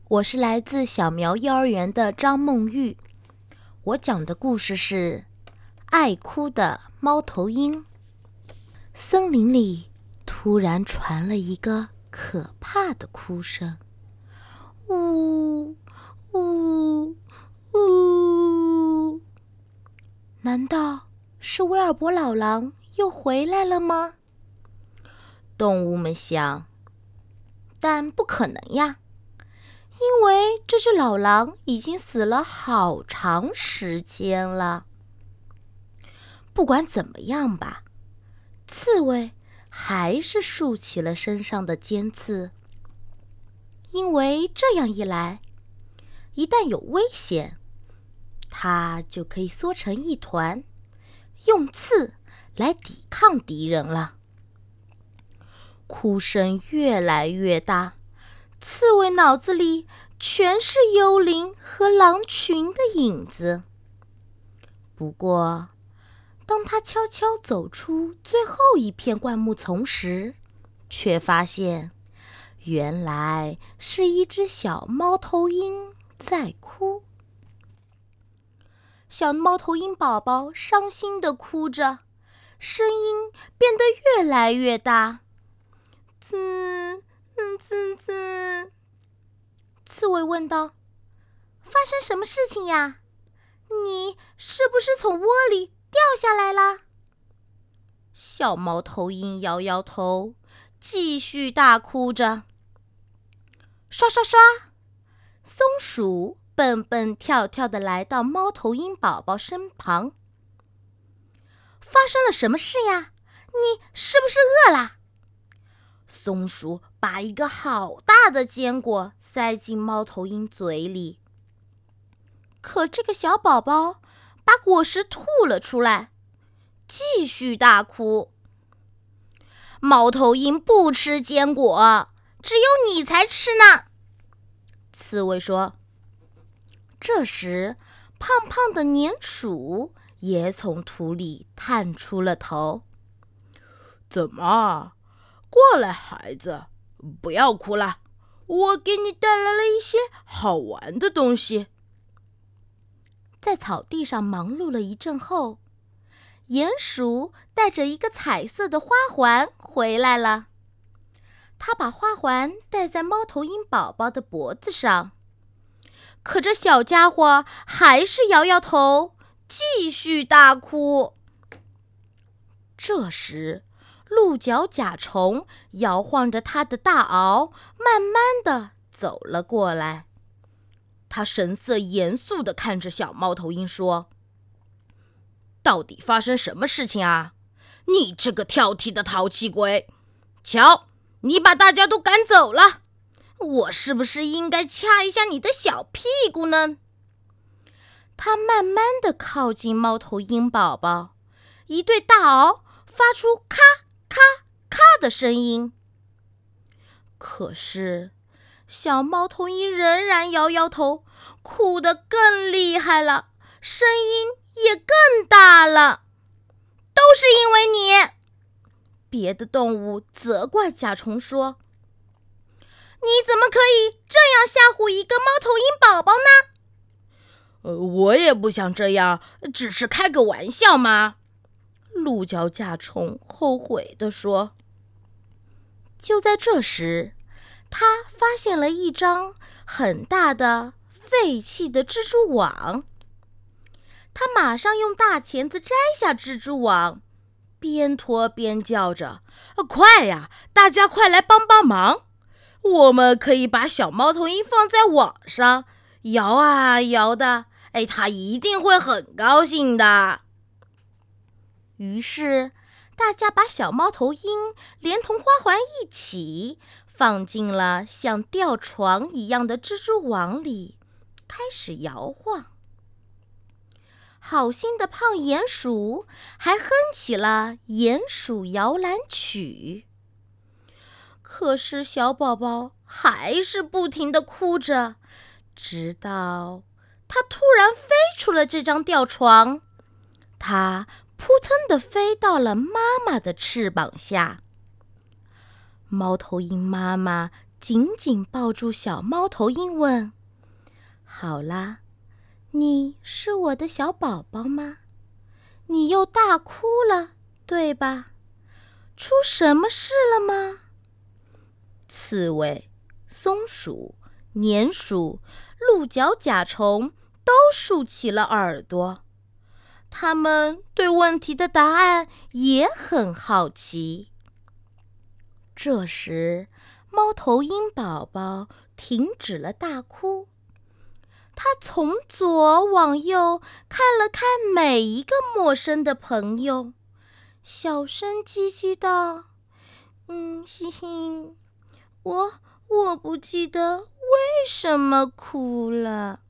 我是来自小苗幼儿园的张梦玉，我讲的故事是爱哭的猫头鹰。森林里突然传了一个可怕的哭声，呜呜呜！难道是威尔伯老狼又回来了吗？动物们想，但不可能呀，因为这只老狼已经死了好长时间了。不管怎么样吧，刺猬还是竖起了身上的尖刺，因为这样一来，一旦有危险，它就可以缩成一团，用刺来抵抗敌人了。哭声越来越大，刺猬脑子里全是幽灵和狼群的影子。不过，当他悄悄走出最后一片灌木丛时，却发现原来是一只小猫头鹰在哭。小猫头鹰宝宝伤心地哭着，声音变得越来越大。滋滋滋！刺猬问道：“发生什么事情呀？你是不是从窝里掉下来了？”小猫头鹰摇摇头，继续大哭着。刷刷刷！松鼠蹦蹦跳跳地来到猫头鹰宝宝身旁。发生了什么事呀？你是不是饿了？松鼠把一个好大的坚果塞进猫头鹰嘴里，可这个小宝宝把果实吐了出来，继续大哭。猫头鹰不吃坚果，只有你才吃呢，刺猬说。这时，胖胖的鼹鼠也从土里探出了头。 怎么？过来，孩子，不要哭了，我给你带来了一些好玩的东西。 在草地上忙碌了一阵后，鼹鼠带着一个彩色的花环回来了。他把花环戴在猫头鹰宝宝的脖子上，可这小家伙还是摇摇头，继续大哭。这时，鹿角甲虫摇晃着它的大螯，慢慢地走了过来。他神色严肃地看着小猫头鹰说：“ 到底发生什么事情啊？你这个挑剔的淘气鬼！瞧，你把大家都赶走了，我是不是应该掐一下你的小屁股呢？” 他慢慢地靠近猫头鹰宝宝，一对大螯发出咔咔咔的声音。可是小猫头鹰仍然摇摇头，哭得更厉害了，声音也更大了。都是因为你！别的动物责怪甲虫说：“你怎么可以这样吓唬一个猫头鹰宝宝呢？” 我也不想这样，只是开个玩笑嘛。 鹿角甲虫后悔地说。就在这时，他发现了一张很大的废弃的蜘蛛网。他马上用大钳子摘下蜘蛛网，边拖边叫着：“ 快呀，大家快来帮帮忙！我们可以把小猫头鹰放在网上，摇啊摇的，它一定会很高兴的。” 于是，大家把小猫头鹰连同花环一起放进了像吊床一样的蜘蛛网里，开始摇晃。好心的胖鼹鼠还哼起了鼹鼠摇篮曲。可是小宝宝还是不停地哭着，直到他突然飞出了这张吊床，他扑腾地飞到了妈妈的翅膀下。猫头鹰妈妈紧紧抱住小猫头鹰问：“好啦，你是我的小宝宝吗？你又大哭了，对吧？出什么事了吗？”刺猬、松鼠、鼹鼠、鹿角甲虫都竖起了耳朵，他们对问题的答案也很好奇。这时，猫头鹰宝宝停止了大哭，他从左往右看了看每一个陌生的朋友，小声叽叽道：“嘻嘻，我不记得为什么哭了。”